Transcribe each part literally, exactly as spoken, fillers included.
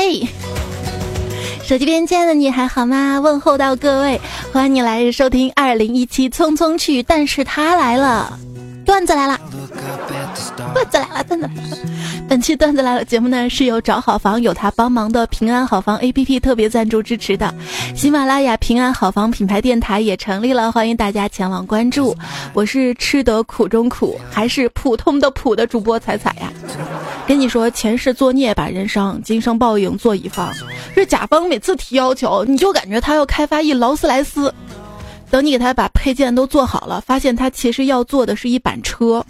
嘿，手机边亲爱的你还好吗？问候到各位，欢迎你来收听二零一七匆匆去，但是他来了，段子来了，段子来了，段子来了。本期段子来了节目呢，是由找好房有他帮忙的平安好房 A P P 特别赞助支持的。喜马拉雅平安好房品牌电台也成立了，欢迎大家前往关注。我是吃得苦中苦，还是普通的普的主播彩彩呀。跟你说，前世作孽把人伤，今生报应做乙方。这甲方每次提要求，你就感觉他要开发一劳斯莱斯，等你给他把配件都做好了，发现他其实要做的是一板车。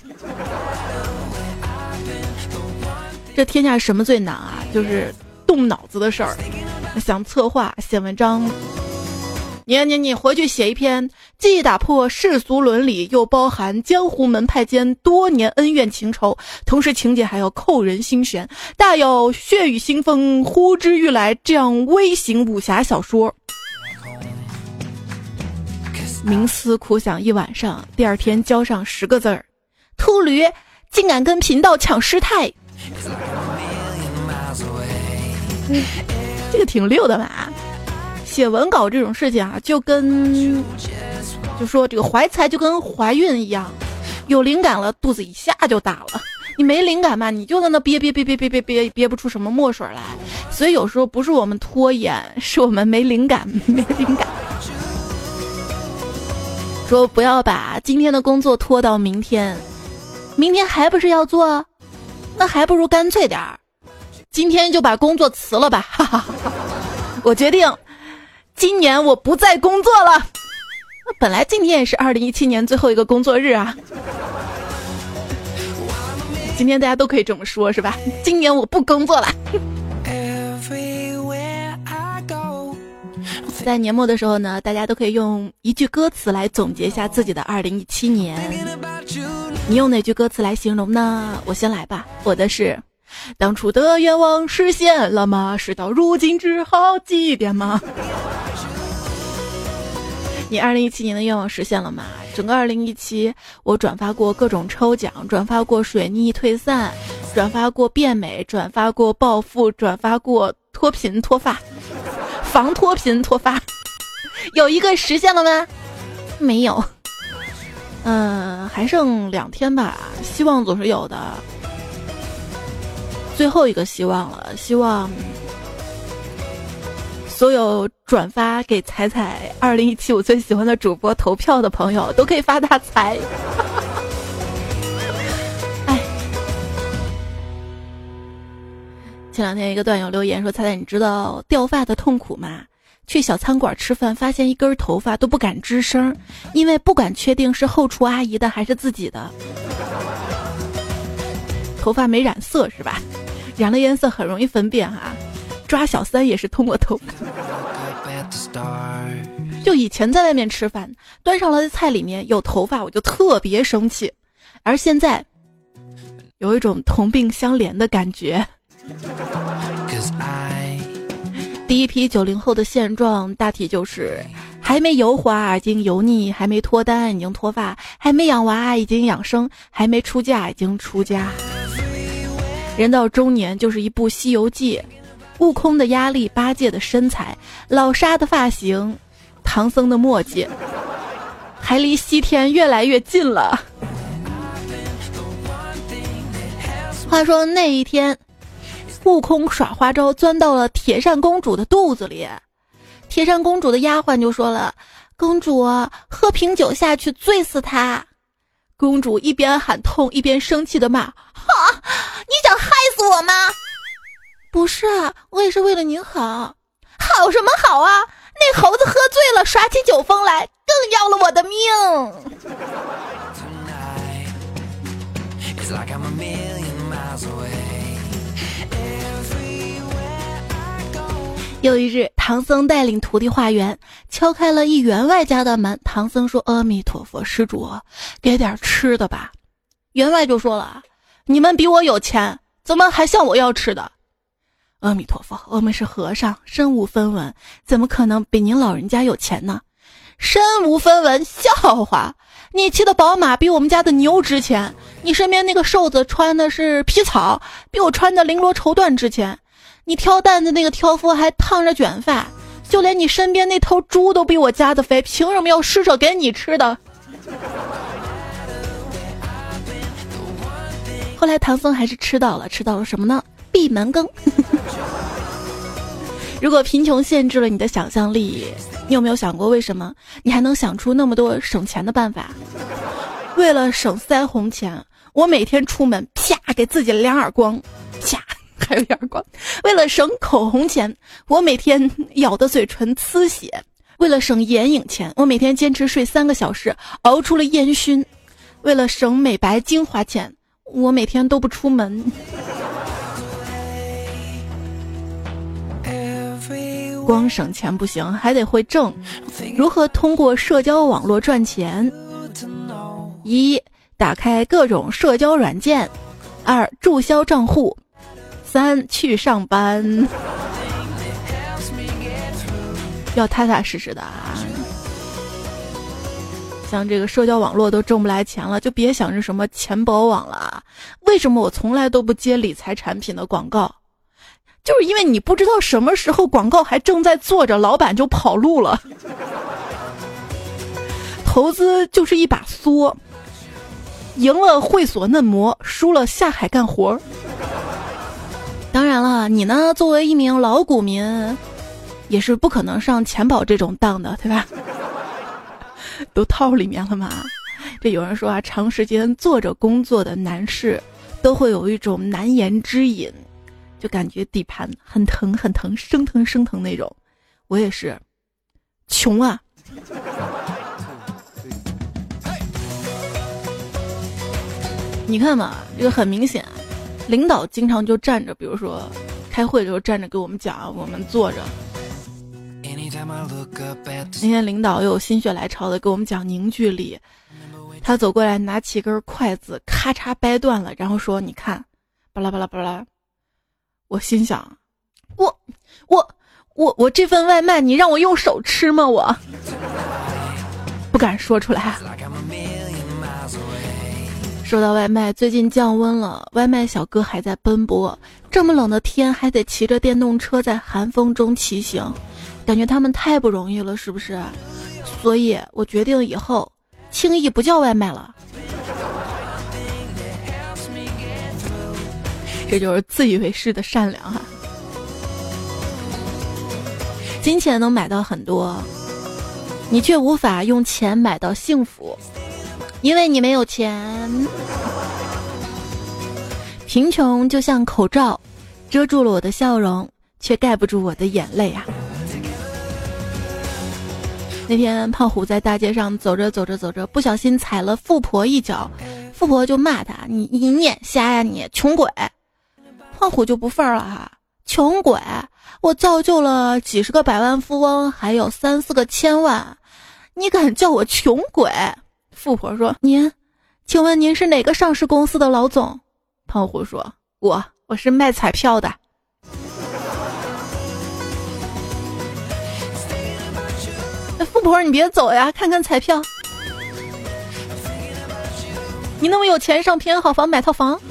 这天下什么最难啊？就是动脑子的事儿。想策划写文章，你你你回去写一篇，既打破世俗伦理，又包含江湖门派间多年恩怨情仇，同时情节还要扣人心弦，大有血雨腥风呼之欲来这样微型武侠小说。冥思苦想一晚上，第二天交上十个字儿：秃驴竟敢跟频道抢师太。嗯，这个挺溜的嘛。写文稿这种事情啊，就跟就说这个怀才就跟怀孕一样，有灵感了肚子一下就大了，你没灵感嘛，你就在那憋憋憋憋憋憋憋憋不出什么墨水来。所以有时候不是我们拖延，是我们没灵感，没灵感。说不要把今天的工作拖到明天，明天还不是要做，那还不如干脆点儿，今天就把工作辞了吧。哈哈哈哈，我决定今年我不再工作了。那本来今天也是二零一七年最后一个工作日啊，今天大家都可以这么说，是吧？今年我不工作了。在年末的时候呢，大家都可以用一句歌词来总结一下自己的二零一七年。你用哪句歌词来形容呢？我先来吧，我的是：当初的愿望实现了吗？事到如今只好祭奠吗？你二零一七年的愿望实现了吗？整个二零一七我转发过各种抽奖，转发过水逆退散，转发过变美，转发过暴富，转发过脱贫脱发，防脱贫脱发，有一个实现了吗？没有。嗯，还剩两天吧，希望总是有的。最后一个希望了，希望所有转发给彩彩二零一七我最喜欢的主播投票的朋友都可以发大财。哎，前两天一个段友留言说，彩彩你知道掉发的痛苦吗？去小餐馆吃饭，发现一根头发都不敢吱声，因为不敢确定是后厨阿姨的还是自己的。头发没染色是吧？染了颜色很容易分辨哈、啊。抓小三也是通过头发。就以前在外面吃饭，端上来的菜里面有头发，我就特别生气。而现在，有一种同病相怜的感觉。第一批九零后的现状大体就是还没油滑已经油腻，还没脱单已经脱发，还没养娃已经养生，还没出嫁已经出家。人到中年就是一部西游记，悟空的压力，八戒的身材，老沙的发型，唐僧的墨迹，还离西天越来越近了。话说那一天，悟空耍花招钻到了铁扇公主的肚子里，铁扇公主的丫鬟就说了，公主喝瓶酒下去醉死他。公主一边喊痛一边生气的骂，哈，你想害死我吗？不是，我也是为了您好。好什么好啊，那猴子喝醉了耍起酒疯来，更要了我的命。有一日，唐僧带领徒弟化缘，敲开了一员外家的门。唐僧说，阿弥陀佛，施主给点吃的吧。员外就说了，你们比我有钱，怎么还向我要吃的？阿弥陀佛，我们是和尚，身无分文，怎么可能比您老人家有钱呢？身无分文，笑话，你骑的宝马比我们家的牛值钱，你身边那个瘦子穿的是皮草，比我穿的绫罗绸缎值钱， 你挑担子那个挑夫还烫着卷发，就连你身边那头猪都比我家的肥，凭什么要施舍给你吃的？后来唐僧还是吃到了，吃到了什么呢？闭门羹。如果贫穷限制了你的想象力，你有没有想过为什么你还能想出那么多省钱的办法？为了省腮红钱，我每天出门啪给自己两耳光，啪还有耳光。为了省口红钱，我每天咬的嘴唇呲血。为了省眼影钱，我每天坚持睡三个小时，熬出了烟熏。为了省美白精华钱，我每天都不出门。光省钱不行，还得会挣。如何通过社交网络赚钱？一、打开各种社交软件；二、注销账户；三、去上班。要踏踏实实的啊！像这个社交网络都挣不来钱了，就别想着什么钱宝网了。为什么我从来都不接理财产品的广告？就是因为你不知道什么时候广告还正在做着，老板就跑路了。投资就是一把梭，赢了会所嫩模，输了下海干活。当然了，你呢，作为一名老股民，也是不可能上钱宝这种当的，对吧？都套里面了嘛。这有人说啊，长时间坐着工作的男士都会有一种难言之隐，就感觉底盘很疼很疼，生疼生疼那种。我也是穷啊。你看嘛，这个很明显，领导经常就站着，比如说开会的时候站着给我们讲，我们坐着。那天领导又心血来潮的给我们讲凝聚力，他走过来拿起根筷子咔嚓掰断了，然后说你看，巴拉巴拉巴拉。我心想，我我我我这份外卖你让我用手吃吗？我不敢说出来。说到外卖，最近降温了，外卖小哥还在奔波，这么冷的天还得骑着电动车在寒风中骑行，感觉他们太不容易了，是不是？所以我决定以后轻易不叫外卖了。这就是自以为是的善良哈、啊。金钱能买到很多，你却无法用钱买到幸福，因为你没有钱。贫穷就像口罩，遮住了我的笑容，却盖不住我的眼泪啊。那天胖虎在大街上走着走着走着，不小心踩了富婆一脚，富婆就骂他，你你眼瞎呀你穷鬼。胖虎就不忿了哈，穷鬼，我造就了几十个百万富翁，还有三四个千万，你敢叫我穷鬼？富婆说，您请问您是哪个上市公司的老总？胖虎说，我我是卖彩票的。富婆你别走呀，看看彩票，你那么有钱上平安好房买套房。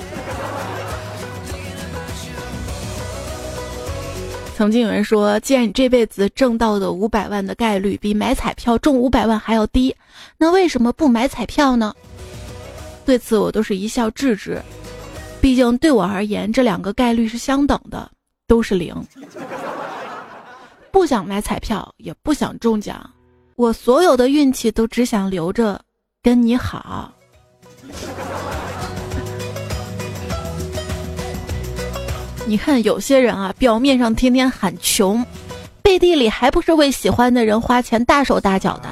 曾经有人说，既然你这辈子挣到的五百万的概率比买彩票中五百万还要低，那为什么不买彩票呢？对此我都是一笑置之，毕竟对我而言这两个概率是相等的，都是零。不想买彩票也不想中奖，我所有的运气都只想留着跟你好。你看有些人啊，表面上天天喊穷，背地里还不是为喜欢的人花钱大手大脚的。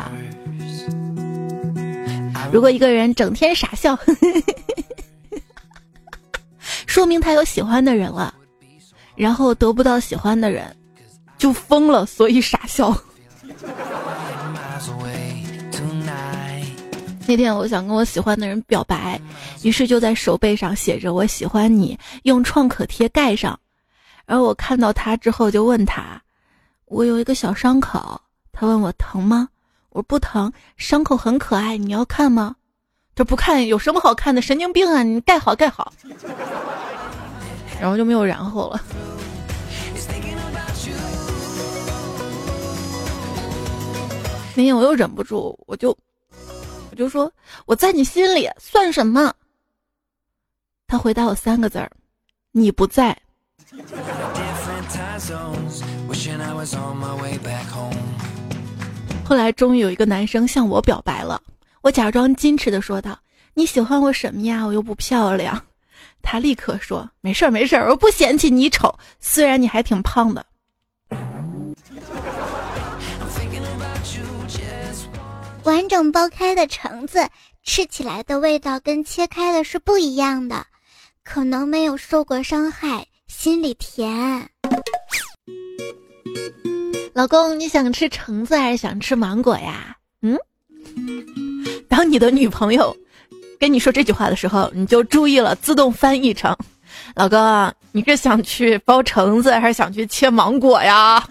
如果一个人整天傻笑呵呵呵，说明他有喜欢的人了，然后得不到喜欢的人就疯了，所以傻笑。那天我想跟我喜欢的人表白，于是就在手背上写着我喜欢你，用创可贴盖上。然后我看到他之后就问他，我有一个小伤口，他问我疼吗？我说不疼，伤口很可爱，你要看吗？这不看有什么好看的，神经病啊，你盖好盖好。然后就没有然后了。 那天我又忍不住，我就我就说我在你心里算什么？他回答我三个字儿：你不在。后来终于有一个男生向我表白了，我假装矜持地说道：你喜欢我什么呀？我又不漂亮。他立刻说：没事儿没事儿，我不嫌弃你丑，虽然你还挺胖的。 完整剥开的橙子吃起来的味道跟切开的是不一样的，可能没有受过伤害，心里甜。 老公，你想吃橙子还是想吃芒果呀？嗯，当你的女朋友跟你说这句话的时候，你就注意了，自动翻译成：老公，你是想去剥橙子还是想去切芒果呀？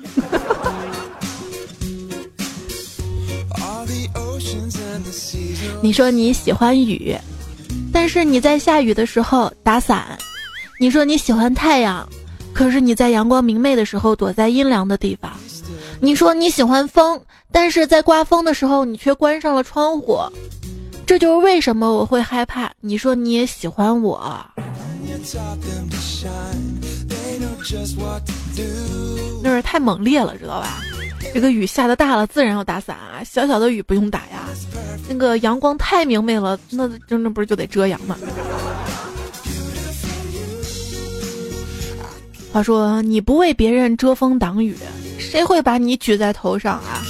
你说你喜欢雨，但是你在下雨的时候打伞。你说你喜欢太阳，可是你在阳光明媚的时候躲在阴凉的地方。你说你喜欢风，但是在刮风的时候你却关上了窗户。这就是为什么我会害怕。你说你也喜欢我，那是太猛烈了，知道吧？这个雨下得大了自然要打伞啊，小小的雨不用打呀。那个阳光太明媚了，那真的不是就得遮阳吗？话说你不为别人遮风挡雨，谁会把你举在头上啊？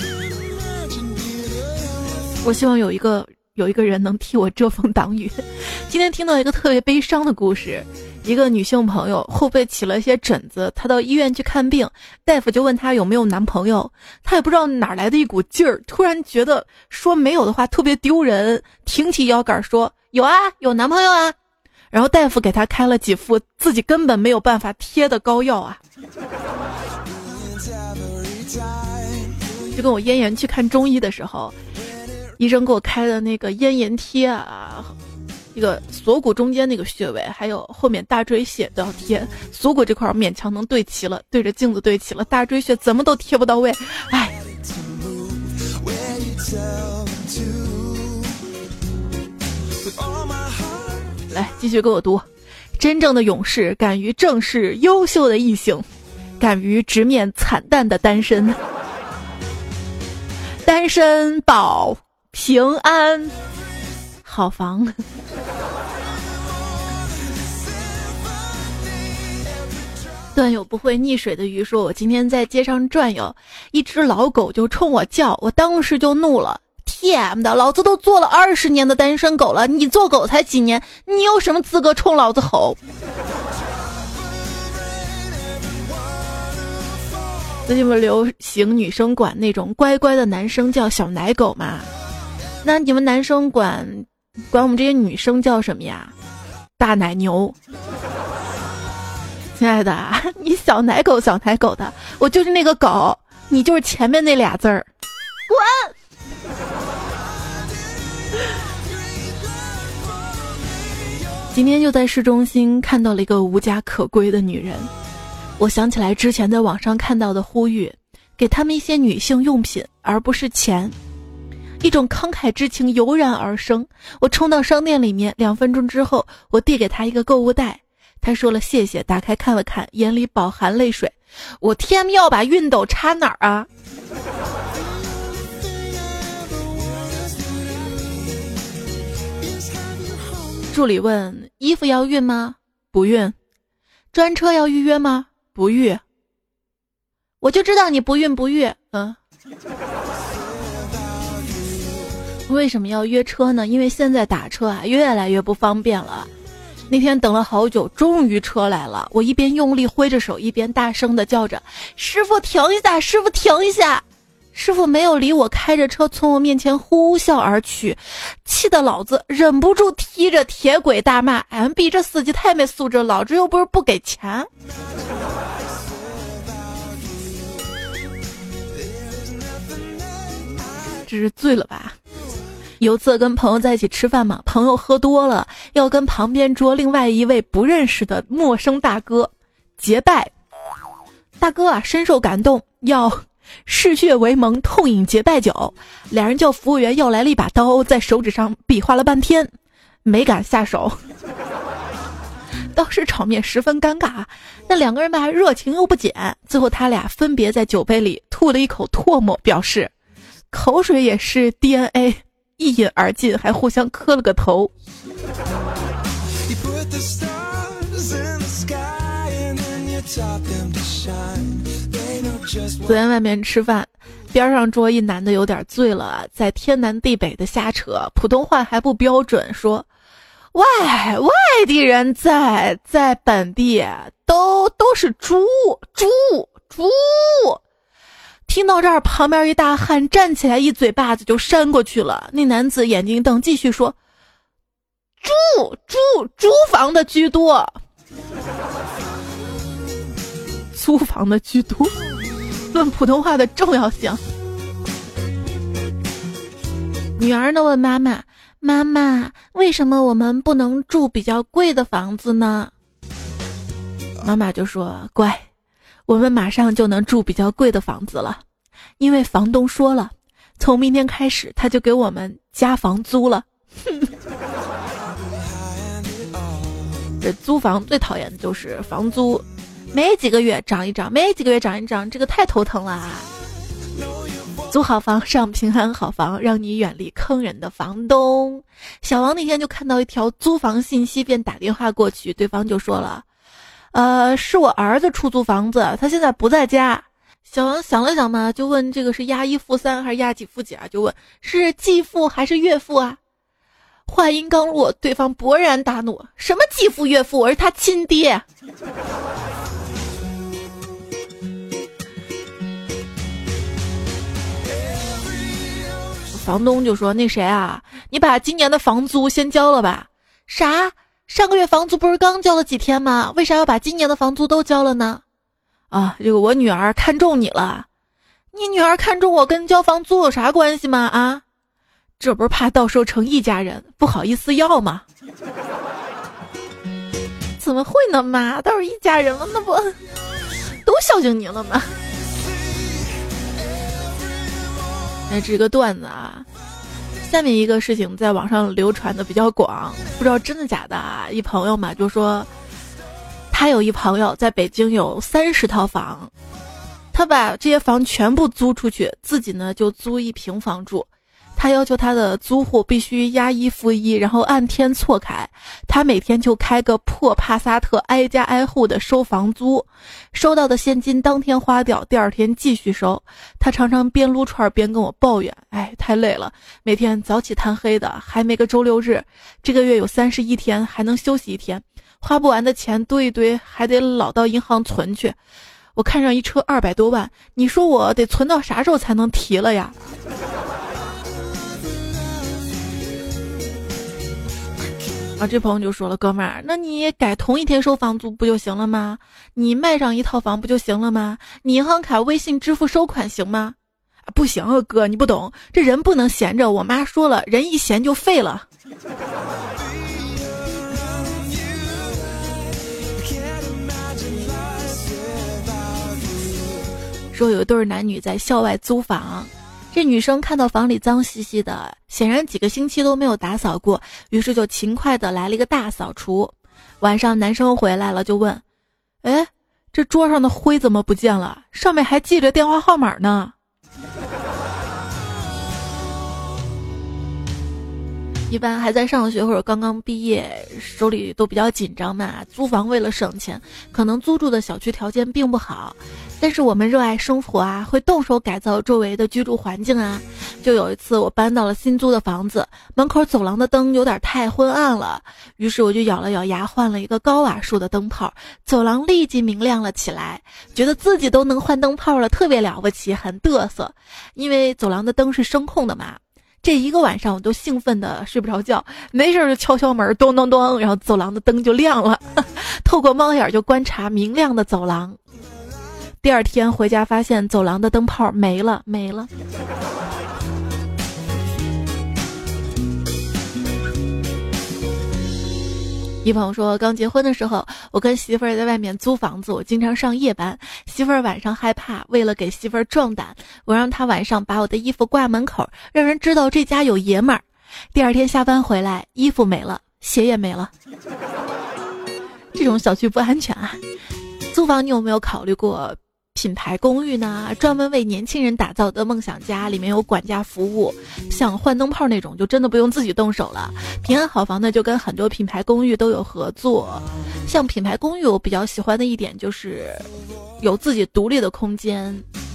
我希望有一个有一个人能替我遮风挡雨。今天听到一个特别悲伤的故事，一个女性朋友后背起了一些疹子，她到医院去看病，大夫就问她有没有男朋友，她也不知道哪来的一股劲儿，突然觉得说没有的话特别丢人，挺起腰杆说有啊，有男朋友啊。然后大夫给她开了几副自己根本没有办法贴的膏药啊，就跟我咽炎去看中医的时候，医生给我开的那个咽炎贴啊，这个锁骨中间那个穴位还有后面大椎穴都要贴，锁骨这块勉强能对齐了，对着镜子对齐了，大椎穴怎么都贴不到位。哎，来继续给我读。真正的勇士敢于正视优秀的异性，敢于直面惨淡的单身。单身保平安好房。段友不会溺水的鱼说，我今天在街上转悠，一只老狗就冲我叫，我当时就怒了， T M 的，老子都做了二十年的单身狗了，你做狗才几年，你有什么资格冲老子吼？最近不是流行女生管那种乖乖的男生叫小奶狗嘛？那你们男生管管我们这些女生叫什么呀？大奶牛。亲爱的，你小奶狗小奶狗的，我就是那个狗，你就是前面那俩字儿，滚！今天就在市中心看到了一个无家可归的女人，我想起来之前在网上看到的呼吁，给他们一些女性用品而不是钱，一种慷慨之情油然而生。我冲到商店里面，两分钟之后我递给他一个购物袋，他说了谢谢，打开看了看，眼里饱含泪水。我 T M 要把熨斗插哪儿啊？助理问，衣服要熨吗？不熨。专车要预约吗？不预。我就知道你不熨不预。嗯，为什么要约车呢？因为现在打车啊越来越不方便了。那天等了好久，终于车来了，我一边用力挥着手，一边大声地叫着，师傅停一下，师傅停一下。师傅没有理我，开着车从我面前呼啸而去，气得老子忍不住踢着铁轨大骂 M B 这司机太没素质，老子又不是不给钱。这是醉了吧？有次跟朋友在一起吃饭嘛，朋友喝多了，要跟旁边桌另外一位不认识的陌生大哥结拜。大哥啊深受感动，要嗜血为盟，痛饮结拜酒。两人叫服务员要来了一把刀，在手指上比划了半天，没敢下手。当时场面十分尴尬，那两个人吧热情又不减，最后他俩分别在酒杯里吐了一口唾沫，表示口水也是 D N A， 一饮而尽，还互相磕了个头。昨天外面吃饭，边上桌一男的有点醉了，在天南地北的瞎扯，普通话还不标准，说外外地人在在本地都都是猪猪猪。听到这儿，旁边一大汉站起来，一嘴巴子就扇过去了。那男子眼睛一瞪，继续说：猪猪租房的居多，租房的居多。论普通话的重要性，女儿呢问妈妈：妈妈，为什么我们不能住比较贵的房子呢？妈妈就说：乖，我们马上就能住比较贵的房子了，因为房东说了，从明天开始他就给我们加房租了。这租房最讨厌的就是房租没几个月涨一涨，没几个月涨一涨，这个太头疼了。租好房上平安好房，让你远离坑人的房东。小王那天就看到一条租房信息，便打电话过去，对方就说了：呃，是我儿子出租房子，他现在不在家。小王想了想嘛，就问这个是押一付三还是押几付几啊？就问是继父还是岳父啊？话音刚落，对方勃然大怒：什么继父岳父，我是他亲爹。房东就说：那谁啊，你把今年的房租先交了吧。啥？上个月房租不是刚交了几天吗？为啥要把今年的房租都交了呢？啊，这个我女儿看中你了。你女儿看中我跟交房租有啥关系吗？啊，这不是怕到时候成一家人，不好意思要吗？怎么会呢妈，都是一家人了，那不都孝敬你了吗？那这个段子啊，下面一个事情在网上流传的比较广，不知道真的假的啊。一朋友嘛就说，他有一朋友在北京有三十套房，他把这些房全部租出去，自己呢就租一平房住。他要求他的租户必须押一付一，然后按天错开。他每天就开个破帕萨特，挨家挨户的收房租，收到的现金当天花掉，第二天继续收。他常常边撸串边跟我抱怨：哎，太累了，每天早起贪黑的，还没个周六日，这个月有三十一天，还能休息一天，花不完的钱堆一堆，还得老到银行存去。我看上一车二百多万，你说我得存到啥时候才能提了呀？啊，这朋友就说了，哥们儿，那你改同一天收房租不就行了吗？你卖上一套房不就行了吗？你银行卡微信支付收款行吗？啊，不行啊，哥，你不懂，这人不能闲着。我妈说了，人一闲就废了。说有一对男女在校外租房。这女生看到房里脏兮兮的，显然几个星期都没有打扫过，于是就勤快的来了一个大扫除。晚上男生回来了，就问：哎，这桌上的灰怎么不见了？上面还记着电话号码呢。一般还在上学或者刚刚毕业，手里都比较紧张嘛，租房为了省钱，可能租住的小区条件并不好，但是我们热爱生活啊，会动手改造周围的居住环境啊。就有一次我搬到了新租的房子，门口走廊的灯有点太昏暗了，于是我就咬了咬牙换了一个高瓦数的灯泡，走廊立即明亮了起来，觉得自己都能换灯泡了，特别了不起，很嘚瑟。因为走廊的灯是声控的嘛，这一个晚上我都兴奋的睡不着觉，没事就敲敲门，咚咚咚，然后走廊的灯就亮了，透过猫眼就观察明亮的走廊。第二天回家发现走廊的灯泡没了没了。 一朋友说，刚结婚的时候，我跟媳妇儿在外面租房子，我经常上夜班，媳妇儿晚上害怕，为了给媳妇儿壮胆，我让她晚上把我的衣服挂门口，让人知道这家有爷们儿。第二天下班回来，衣服没了，鞋也没了。这种小区不安全啊！租房你有没有考虑过品牌公寓呢？专门为年轻人打造的梦想家，里面有管家服务，像换灯泡那种就真的不用自己动手了。平安好房呢就跟很多品牌公寓都有合作，像品牌公寓我比较喜欢的一点就是有自己独立的空间，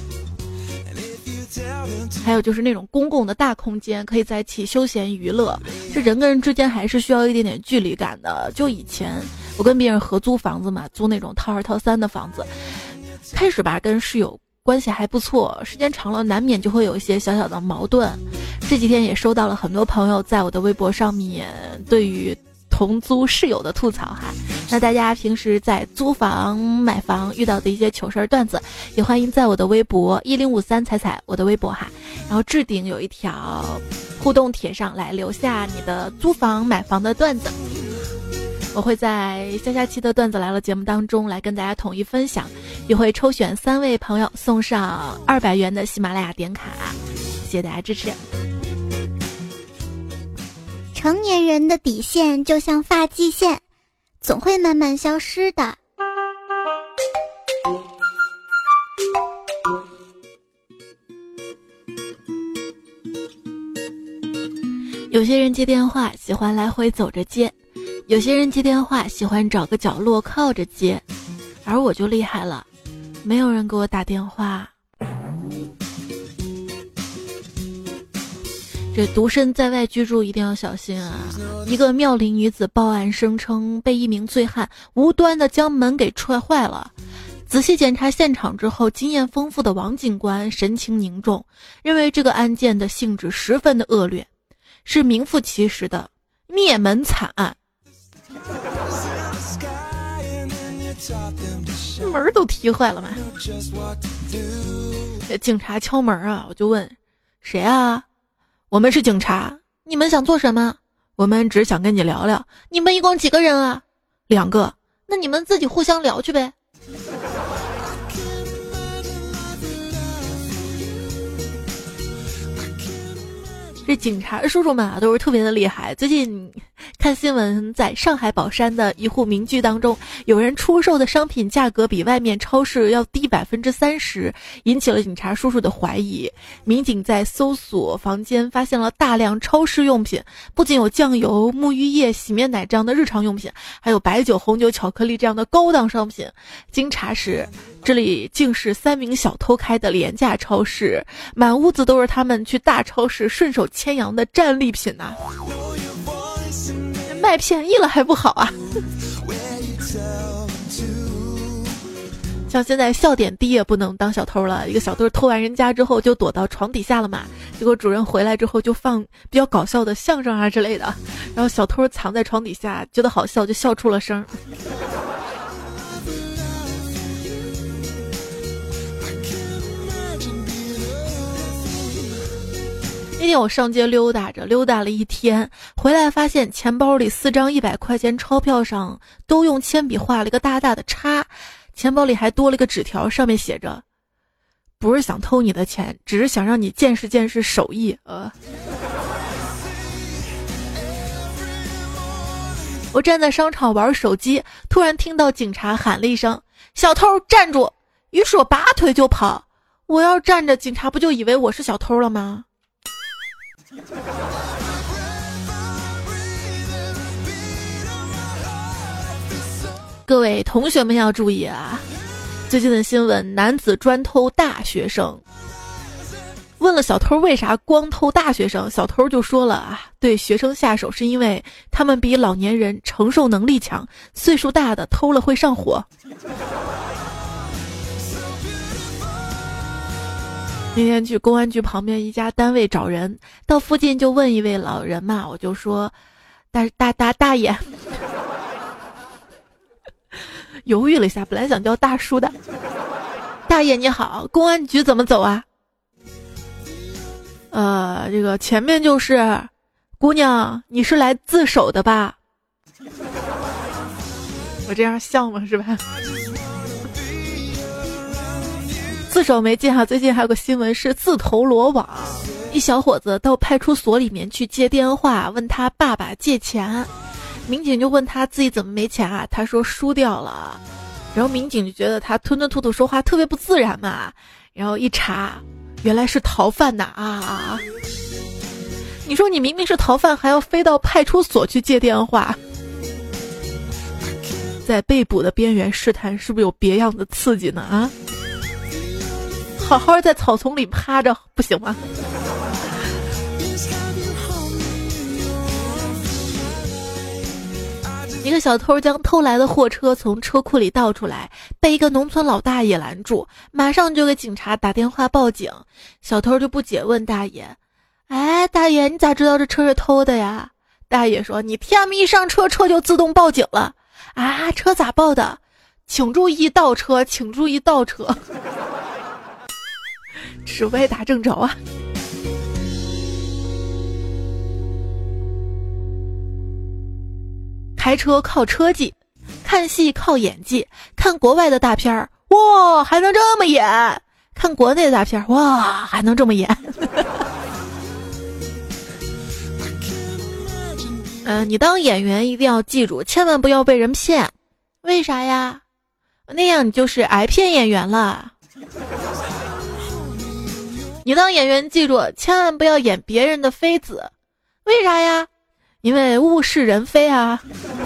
还有就是那种公共的大空间，可以在一起休闲娱乐。这人跟人之间还是需要一点点距离感的。就以前我跟别人合租房子嘛，租那种套二套三的房子，开始吧跟室友关系还不错，时间长了难免就会有一些小小的矛盾。这几天也收到了很多朋友在我的微博上面对于同租室友的吐槽哈。那大家平时在租房买房遇到的一些糗事儿段子，也欢迎在我的微博一零五三彩彩我的微博哈，然后置顶有一条互动帖上来留下你的租房买房的段子，我会在下下期的段子来了节目当中来跟大家统一分享，也会抽选三位朋友送上二百元的喜马拉雅点卡，谢谢大家支持。 成年人的底线就像发际线，总会慢慢消失的。 有些人接电话喜欢来回走着接，有些人接电话喜欢找个角落靠着接，而我就厉害了，没有人给我打电话。这独身在外居住一定要小心啊！一个妙龄女子报案声称被一名醉汉无端的将门给踹坏了。仔细检查现场之后，经验丰富的王警官神情凝重，认为这个案件的性质十分的恶劣，是名副其实的灭门惨案。门都踢坏了嘛！警察敲门啊，我就问谁啊？我们是警察，你们想做什么？我们只想跟你聊聊。你们一共几个人啊？两个。那你们自己互相聊去呗。这警察叔叔们啊，都是特别的厉害。最近看新闻，在上海宝山的一户民居当中，有人出售的商品价格比外面超市要低百分之三十，引起了警察叔叔的怀疑。民警在搜索房间发现了大量超市用品，不仅有酱油、沐浴液、洗面奶这样的日常用品，还有白酒、红酒、巧克力这样的高档商品。经查实，这里竟是三名小偷开的廉价超市，满屋子都是他们去大超市顺手牵羊的战利品呐、啊！卖便宜了还不好啊！像现在笑点低也不能当小偷了，一个小偷偷完人家之后就躲到床底下了嘛，结果主人回来之后就放比较搞笑的相声啊之类的，然后小偷藏在床底下觉得好笑就笑出了声。那天我上街溜达着，溜达了一天，回来发现钱包里四张一百块钱钞票上都用铅笔画了一个大大的叉，钱包里还多了个纸条，上面写着：不是想偷你的钱，只是想让你见识见识手艺。呃，我站在商场玩手机，突然听到警察喊了一声：小偷站住！于是我拔腿就跑。我要站着，警察不就以为我是小偷了吗？各位同学们要注意啊！最近的新闻，男子专偷大学生。问了小偷为啥光偷大学生，小偷就说了啊，对学生下手是因为他们比老年人承受能力强，岁数大的偷了会上火。那天去公安局旁边一家单位找人，到附近就问一位老人嘛，我就说大大大大爷，犹豫了一下，本来想叫大叔的，大爷你好，公安局怎么走啊？呃，这个前面就是，姑娘，你是来自首的吧？ 我这样像吗？是吧？自首没进哈，最近还有个新闻是自投罗网，一小伙子到派出所里面去接电话，问他爸爸借钱，民警就问他自己怎么没钱啊，他说输掉了，然后民警就觉得他吞吞吐吐说话特别不自然嘛，然后一查，原来是逃犯呐啊！你说你明明是逃犯，还要飞到派出所去接电话，在被捕的边缘试探，是不是有别样的刺激呢？啊，好好在草丛里趴着不行吗？一个小偷将偷来的货车从车库里倒出来，被一个农村老大爷拦住，马上就给警察打电话报警。小偷就不解问大爷：哎，大爷，你咋知道这车是偷的呀？大爷说：你 T M 一上车，车就自动报警了。啊，车咋报的？请注意倒车，请注意倒车。只为打正着啊。开车靠车技，看戏靠演技，看国外的大片儿，哇，还能这么演；看国内的大片儿，哇，还能这么演。嗯、呃，你当演员一定要记住，千万不要被人骗。为啥呀？那样你就是挨骗演员了。你当演员记住，千万不要演别人的妃子。为啥呀？因为物是人非啊。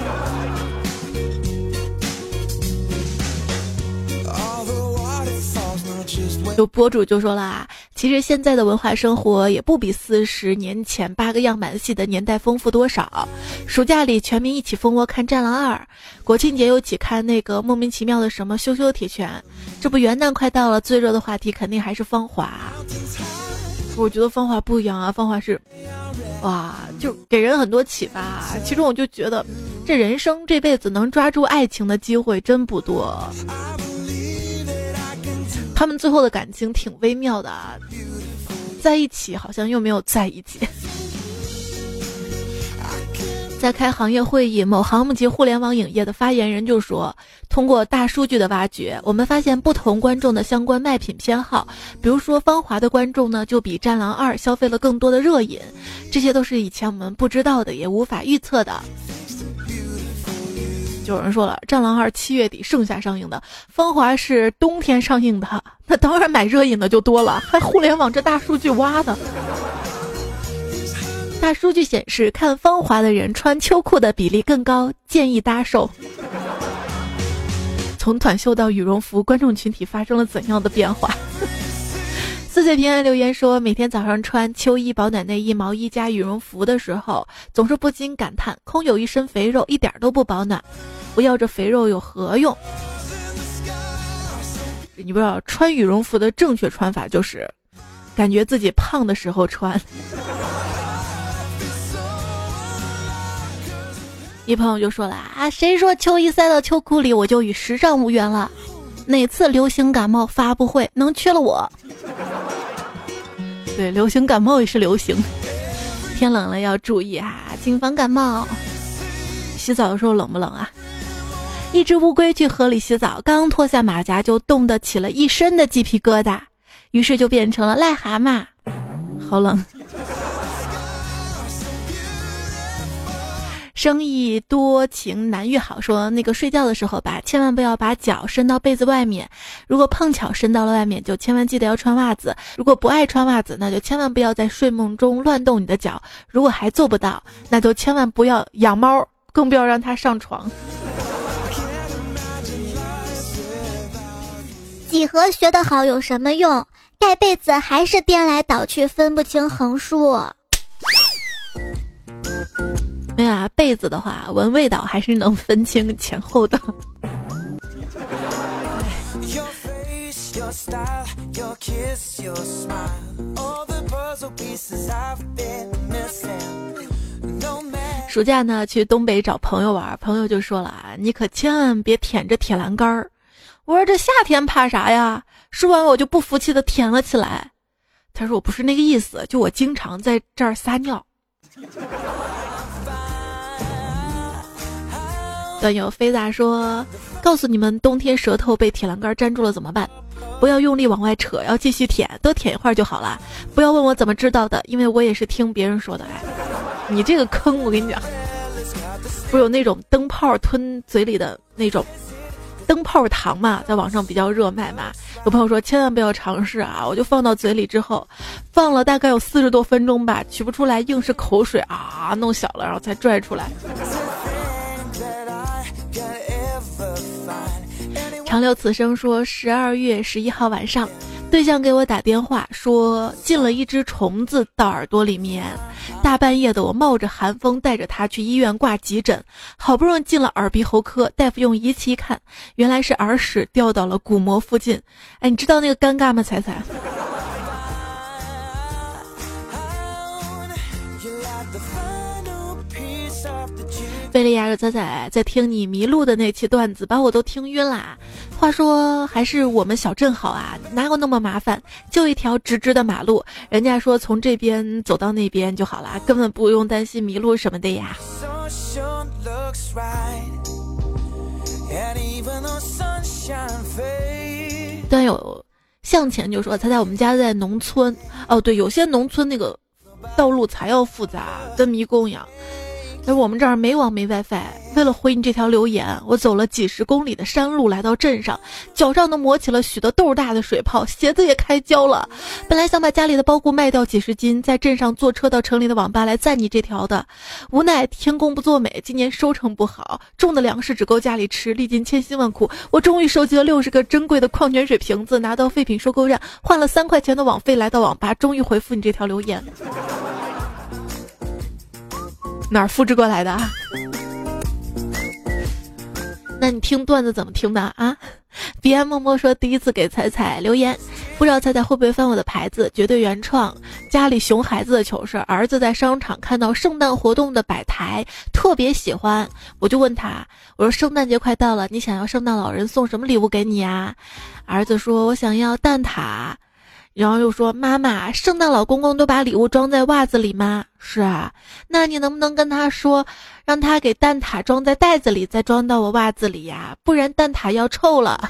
有博主就说了啊，其实现在的文化生活也不比四十年前八个样板戏的年代丰富多少。暑假里全民一起蜂窝看《战狼二》，国庆节又一起看那个莫名其妙的什么羞羞铁拳。这不元旦快到了，最热的话题肯定还是芳华。我觉得芳华不一样啊，芳华是哇，就给人很多启发。其中我就觉得这人生这辈子能抓住爱情的机会真不多。他们最后的感情挺微妙的啊，在一起好像又没有在一起。在开行业会议，某航母级互联网影业的发言人就说，通过大数据的挖掘，我们发现不同观众的相关卖品偏好，比如说芳华的观众呢，就比战狼二消费了更多的热饮，这些都是以前我们不知道的，也无法预测的。就有人说了，战狼二七月底盛夏上映的，芳华是冬天上映的，那当然买热饮的就多了，还互联网这大数据挖的。大数据显示，看芳华的人穿秋裤的比例更高，建议搭售。从短袖到羽绒服，观众群体发生了怎样的变化？四岁平安留言说，每天早上穿秋衣、保暖内衣、毛衣加羽绒服的时候，总是不禁感叹，空有一身肥肉，一点都不保暖。不要这肥肉有何用？你不知道，穿羽绒服的正确穿法就是，感觉自己胖的时候穿。一朋友就说了啊，谁说秋衣塞到秋裤里我就与时尚无缘了？哪次流行感冒发布会能缺了我？对，流行感冒也是流行，天冷了要注意啊，谨防感冒。洗澡的时候冷不冷啊？一只乌龟去河里洗澡，刚脱下马甲就冻得起了一身的鸡皮疙瘩，于是就变成了癞蛤蟆，好冷。生意多情难遇好说，那个睡觉的时候吧，千万不要把脚伸到被子外面，如果碰巧伸到了外面，就千万记得要穿袜子，如果不爱穿袜子，那就千万不要在睡梦中乱动你的脚，如果还做不到，那就千万不要养猫，更不要让它上床。 几何学的好有什么用？盖被子还是颠来倒去，分不清横竖。 没有啊，被子的话闻味道还是能分清前后的。暑假呢去东北找朋友玩，朋友就说了啊，你可千万别舔着铁栏杆儿。我说这夏天怕啥呀？说完我就不服气的舔了起来。他说我不是那个意思，就我经常在这儿撒尿。 段友飞仔说，告诉你们，冬天舌头被铁栏杆粘住了怎么办？不要用力往外扯，要继续舔，多舔一会儿就好了。不要问我怎么知道的，因为我也是听别人说的。哎，你这个坑，我跟你讲，不是有那种灯泡吞嘴里的那种灯泡糖嘛，在网上比较热卖嘛。有朋友说千万不要尝试啊，我就放到嘴里之后，放了大概有四十多分钟吧，取不出来，硬是口水啊弄小了，然后才拽出来。长留此生说，十二月十一号晚上，对象给我打电话说进了一只虫子到耳朵里面，大半夜的我冒着寒风带着他去医院挂急诊，好不容易进了耳鼻喉科，大夫用仪器一看，原来是耳屎掉到了鼓膜附近。哎，你知道那个尴尬吗？彩彩，贝利亚尔彩彩在听你迷路的那期段子，把我都听晕啦。话说还是我们小镇好啊，哪有那么麻烦，就一条直直的马路，人家说从这边走到那边就好啦，根本不用担心迷路什么的呀。段友向前就说，彩彩我们家在农村，哦对，有些农村那个道路才要复杂，跟迷宫一样。而我们这儿没网没 WiFi， 为了回你这条留言，我走了几十公里的山路来到镇上，脚上都磨起了许多豆大的水泡，鞋子也开胶了。本来想把家里的包谷卖掉几十斤，在镇上坐车到城里的网吧来赞你这条的，无奈天公不作美，今年收成不好，种的粮食只够家里吃，历尽千辛万苦，我终于收集了六十个珍贵的矿泉水瓶子，拿到废品收购站换了三块钱的网费，来到网吧，终于回复你这条留言。哪儿复制过来的啊？那你听段子怎么听的啊？彼岸默默说第一次给彩彩留言，不知道彩彩会不会翻我的牌子，绝对原创。家里熊孩子的糗事，儿子在商场看到圣诞活动的摆台，特别喜欢，我就问他，我说圣诞节快到了，你想要圣诞老人送什么礼物给你啊？儿子说我想要蛋挞。然后又说，妈妈，圣诞老公公都把礼物装在袜子里吗？是啊，那你能不能跟他说，让他给蛋挞装在袋子里，再装到我袜子里呀？不然蛋挞要臭了。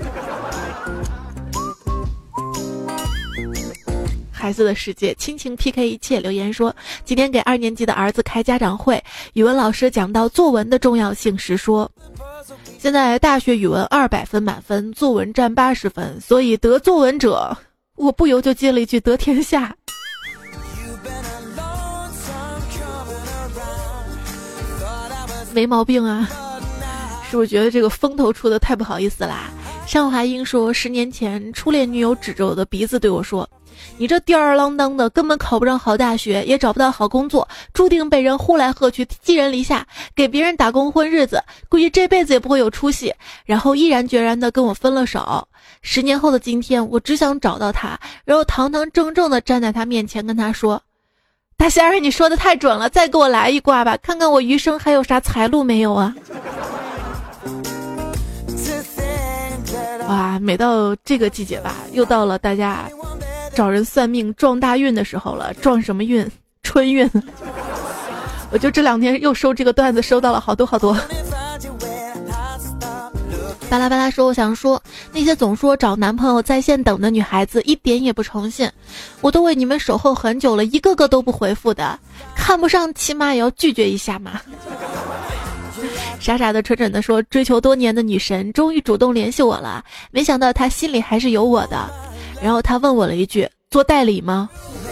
孩子的世界，亲情 P K 一切。留言说，今天给二年级的儿子开家长会，语文老师讲到作文的重要性时说，现在大学语文二百分满分，作文占八十分，所以得作文者，我不由就接了一句得天下。没毛病啊，是不是觉得这个风头出的太不好意思啦？尚华英说，十年前初恋女友指着我的鼻子对我说，你这吊儿郎当的，根本考不上好大学，也找不到好工作，注定被人呼来喝去，寄人篱下，给别人打工混日子，估计这辈子也不会有出息。然后毅然决然地跟我分了手。十年后的今天，我只想找到他，然后堂堂正正地站在他面前，跟他说，大仙儿，你说的太准了，再给我来一卦吧，看看我余生还有啥财路没有啊。哇，每到这个季节吧，又到了大家找人算命撞大运的时候了。撞什么运？春运。我就这两天又收这个段子，收到了好多好多。巴拉巴拉说，我想说，那些总说找男朋友在线等的女孩子一点也不诚信，我都为你们守候很久了，一个个都不回复的，看不上起码也要拒绝一下嘛。傻傻的蠢蠢的说，追求多年的女神终于主动联系我了，没想到她心里还是有我的。然后她问我了一句，做代理吗？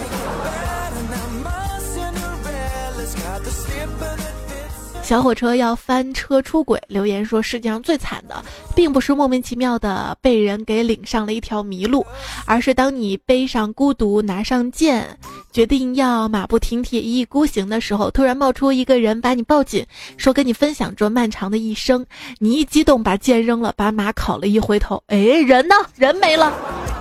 小火车要翻车出轨，留言说，世界上最惨的并不是莫名其妙的被人给领上了一条迷路，而是当你背上孤独，拿上剑，决定要马不停蹄一意孤行的时候，突然冒出一个人把你抱紧，说跟你分享这漫长的一生，你一激动把剑扔了，把马烤了，一回头，哎，人呢？人没了。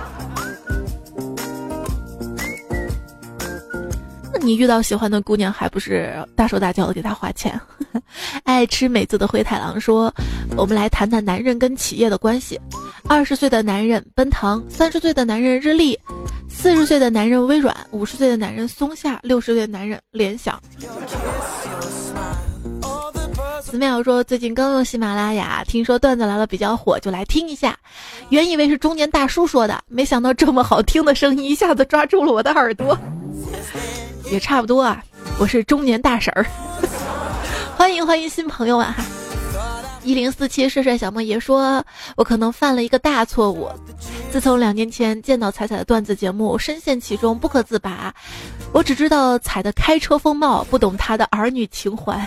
你遇到喜欢的姑娘，还不是大手大脚的给她花钱？爱吃美子的灰太狼说，我们来谈谈男人跟企业的关系。二十岁的男人奔腾，三十岁的男人日立，四十岁的男人微软，五十岁的男人松下，六十岁的男人联想。 寺庙说最近刚用喜马拉雅，听说段子来了比较火，就来听一下。原以为是中年大叔说的，没想到这么好听的声音一下子抓住了我的耳朵。也差不多啊，我是中年大婶儿。欢迎欢迎新朋友啊！一零四七帅帅小莫爷说，我可能犯了一个大错误。自从两年前见到彩彩的段子节目，深陷其中不可自拔。我只知道彩的开车风貌，不懂她的儿女情怀。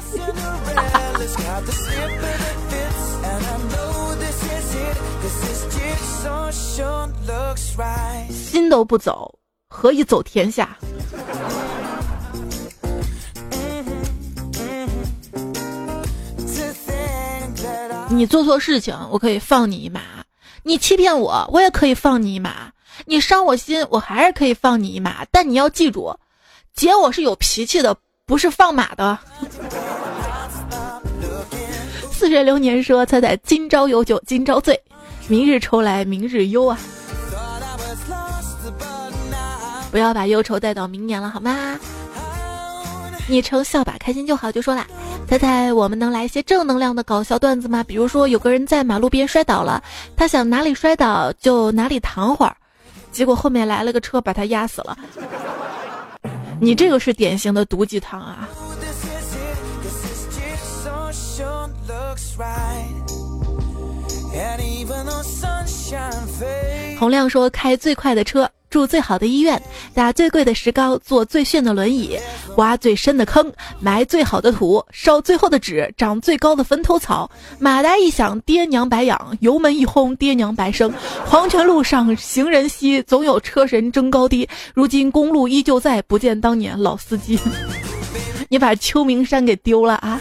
心都不走，何以走天下？你做错事情，我可以放你一马；你欺骗我，我也可以放你一马；你伤我心，我还是可以放你一马。但你要记住，姐我是有脾气的，不是放马的。似水流年说，彩彩今朝有酒今朝醉，明日愁来明日忧啊！不要把忧愁带到明年了好吗？昵称笑吧开心就好就说啦，猜猜我们能来一些正能量的搞笑段子吗？比如说有个人在马路边摔倒了，他想哪里摔倒就哪里躺会儿，结果后面来了个车把他压死了。你这个是典型的毒鸡汤啊！洪亮说，开最快的车，住最好的医院，打最贵的石膏，坐最炫的轮椅，挖最深的坑，埋最好的土，烧最厚的纸，长最高的坟头草。马达一响，爹娘白养；油门一轰，爹娘白生。黄泉路上行人稀，总有车神争高低。如今公路依旧在，不见当年老司机。你把秋名山给丢了啊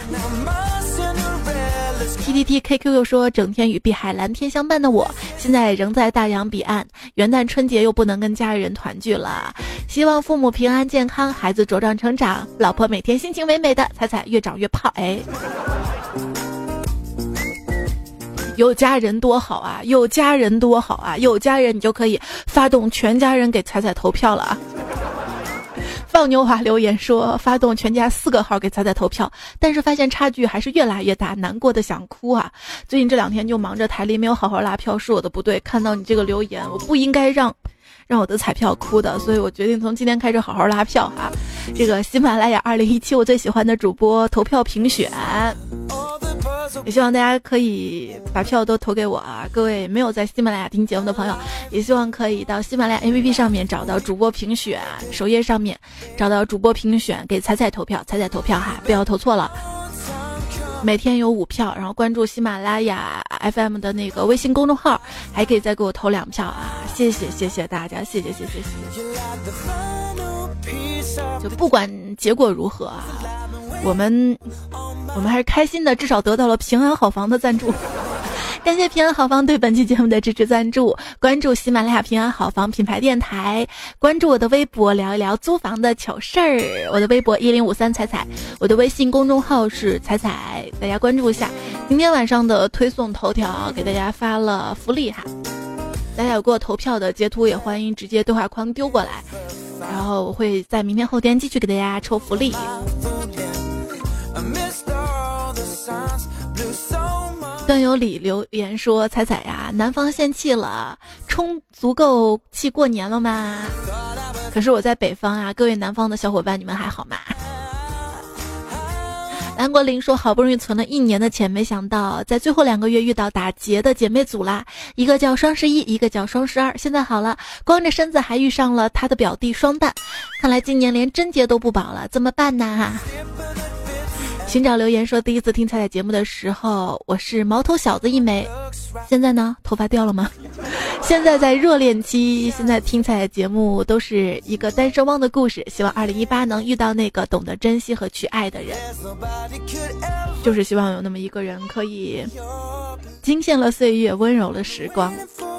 ！T T T K Q 又说，整天与碧海蓝天相伴的我，现在仍在大洋彼岸，元旦春节又不能跟家人团聚了，希望父母平安健康，孩子茁壮成长，老婆每天心情美美的，彩彩越长越胖。哎，有家人多好啊，有家人多好啊，有家人你就可以发动全家人给彩彩投票了啊！放牛华留言说，发动全家四个号给彩彩投票，但是发现差距还是越拉越大，难过的想哭啊！最近这两天就忙着台历，没有好好拉票，是我的不对。看到你这个留言，我不应该让让我的彩票哭的，所以我决定从今天开始好好拉票哈。这个喜马拉雅二零一七我最喜欢的主播投票评选，也希望大家可以把票都投给我啊！各位没有在喜马拉雅听节目的朋友，也希望可以到喜马拉雅 A P P 上面找到主播评选，首页上面找到主播评选，给彩彩投票，彩彩投票哈，不要投错了。每天有五票，然后关注喜马拉雅 F M 的那个微信公众号，还可以再给我投两票啊！谢谢谢谢大家，谢谢谢谢谢谢。就不管结果如何啊，我们我们还是开心的，至少得到了平安好房的赞助。感谢平安好房对本期节目的支持赞助，关注喜马拉雅平安好房品牌电台，关注我的微博聊一聊租房的糗事儿，我的微博一零五三彩彩，我的微信公众号是彩彩，大家关注一下。今天晚上的推送头条给大家发了福利哈，大家有给我投票的截图也欢迎直接对话框丢过来，然后我会在明天后天继续给大家抽福利。段友里留言说，彩彩呀，南方限气了，充足够气过年了吗？可是我在北方啊，各位南方的小伙伴你们还好吗？蓝国林说，好不容易存了一年的钱，没想到在最后两个月遇到打劫的姐妹组啦，一个叫双十一，一个叫双十二，现在好了，光着身子还遇上了他的表弟双蛋，看来今年连贞节都不保了，怎么办呢？寻找留言说，第一次听彩彩节目的时候，我是毛头小子一枚，现在呢，头发掉了吗？现在在热恋期，现在听彩彩节目都是一个单身汪的故事，希望二零一八能遇到那个懂得珍惜和去爱的人，就是希望有那么一个人可以惊现了岁月，温柔了时光。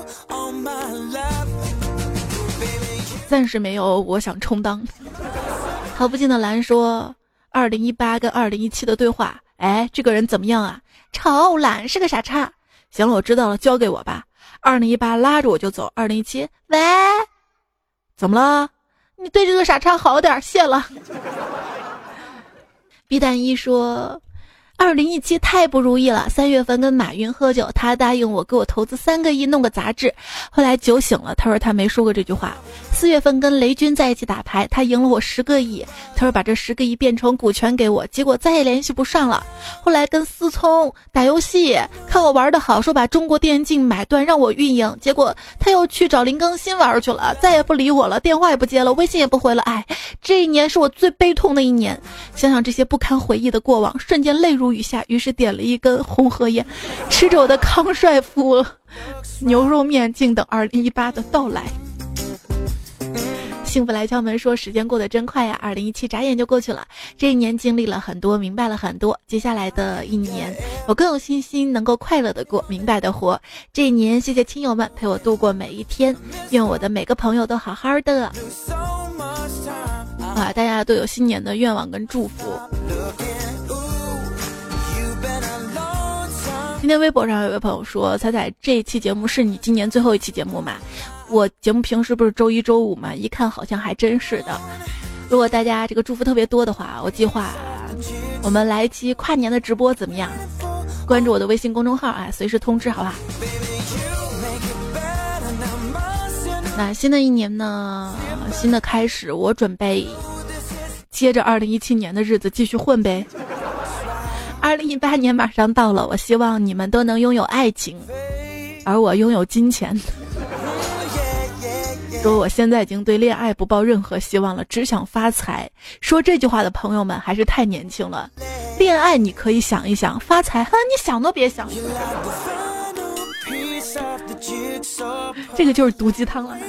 暂时没有我想充当。逃不尽的蓝说，二零一八跟二零一七的对话，哎，这个人怎么样啊？丑懒是个傻叉。行了，我知道了，交给我吧。二零一八拉着我就走，二零一七，喂，怎么了？你对这个傻叉好点，谢了。B 蛋一说， 二零一七太不如意了，三月份跟马云喝酒，他答应我给我投资三个亿弄个杂志，后来酒醒了，他说他没说过这句话。四月份跟雷军在一起打牌，他赢了我十个亿，他说把这十个亿变成股权给我，结果再也联系不上了。后来跟思聪打游戏，看我玩的好，说把中国电竞买断让我运营，结果他又去找林更新玩去了，再也不理我了，电话也不接了，微信也不回了。哎，这一年是我最悲痛的一年，想想这些不堪回忆的过往，瞬间泪如雨下，于是点了一根红河烟，吃着我的康帅傅牛肉面，静等二零一八的到来。幸福来敲门说时间过得真快呀，二零一七眨眼就过去了，这一年经历了很多，明白了很多，接下来的一年我更有信心能够快乐的过，明白的活。这一年谢谢亲友们陪我度过每一天，愿我的每个朋友都好好的啊！大家都有新年的愿望跟祝福。今天微博上有位朋友说，彩彩这一期节目是你今年最后一期节目吗？我节目平时不是周一周五吗？一看好像还真是的。如果大家这个祝福特别多的话，我计划我们来一期跨年的直播怎么样？关注我的微信公众号啊，随时通知好吧。那新的一年呢，新的开始，我准备接着二零一七年的日子继续混呗。二零一八年马上到了，我希望你们都能拥有爱情，而我拥有金钱。说我现在已经对恋爱不抱任何希望了，只想发财。说这句话的朋友们还是太年轻了。恋爱你可以想一想，发财哈，你想都别想。这个就是毒鸡汤了。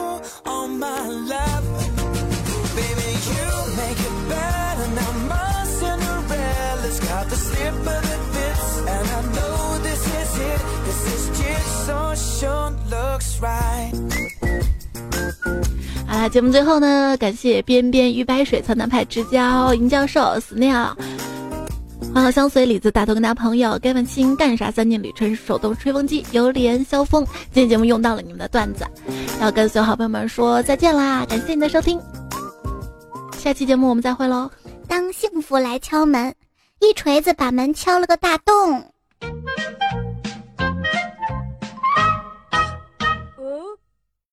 好啦，节目最后呢，感谢边边鱼白水、苍南派之交、银教授、死鸟、花好相随、李子、大头跟大朋友、盖文清、干啥三年旅程、手动吹风机、榴莲、萧峰。今天节目用到了你们的段子，要跟所有好朋友们说再见啦！感谢你的收听，下期节目我们再会喽。 当幸福来敲门，一锤子把门敲了个大洞。